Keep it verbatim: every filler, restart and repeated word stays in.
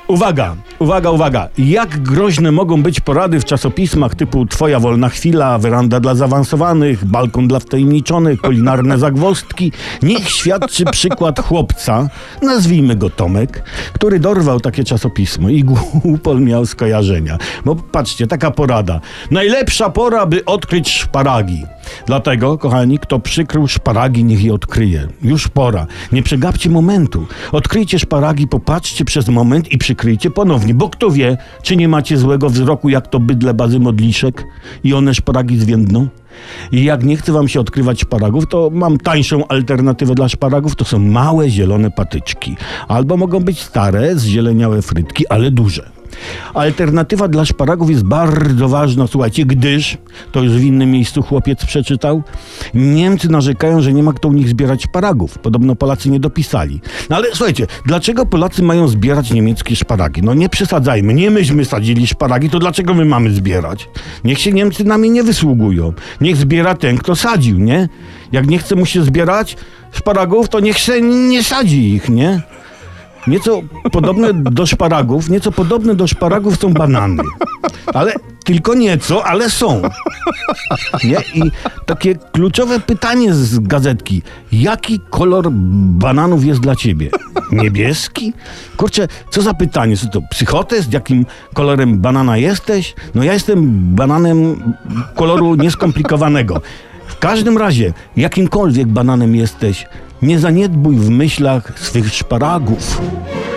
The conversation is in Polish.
Uwaga, uwaga, uwaga. Jak groźne mogą być porady w czasopismach typu Twoja wolna chwila, Weranda dla zaawansowanych, Balkon dla wtajemniczonych, Kulinarne zagwozdki. Niech świadczy przykład chłopca, nazwijmy go Tomek, który dorwał takie czasopismo i głupol miał skojarzenia. Bo patrzcie, taka porada. Najlepsza pora, by odkryć szparagi. Dlatego, kochani, kto przykrył szparagi, niech je odkryje. Już pora. Nie przegapcie momentu. Odkryjcie szparagi, popatrzcie przez moment i przykryjcie ponownie, bo kto wie, czy nie macie złego wzroku, jak to bydle bazy modliszek i one szparagi zwiędną? I jak nie chce wam się odkrywać szparagów, to mam tańszą alternatywę dla szparagów, to są małe, zielone patyczki. Albo mogą być stare, zzieleniałe frytki, ale duże. Alternatywa dla szparagów jest bardzo ważna, słuchajcie, gdyż, to już w innym miejscu chłopiec przeczytał, Niemcy narzekają, że nie ma kto u nich zbierać szparagów. Podobno Polacy nie dopisali. No ale słuchajcie, dlaczego Polacy mają zbierać niemieckie szparagi? No nie przesadzajmy, nie myśmy sadzili szparagi, to dlaczego my mamy zbierać? Niech się Niemcy nami nie wysługują. Niech zbiera ten, kto sadził, nie? Jak nie chce mu się zbierać szparagów, to niech się nie sadzi ich, nie? Nieco podobne do szparagów, nieco podobne do szparagów są banany. Ale tylko nieco, ale są. Nie? I takie kluczowe pytanie z gazetki. Jaki kolor bananów jest dla ciebie? Niebieski? Kurczę, co za pytanie? Co to psychotest? Jakim kolorem banana jesteś? No ja jestem bananem koloru nieskomplikowanego. W każdym razie, jakimkolwiek bananem jesteś, nie zaniedbuj w myślach swych szparagów.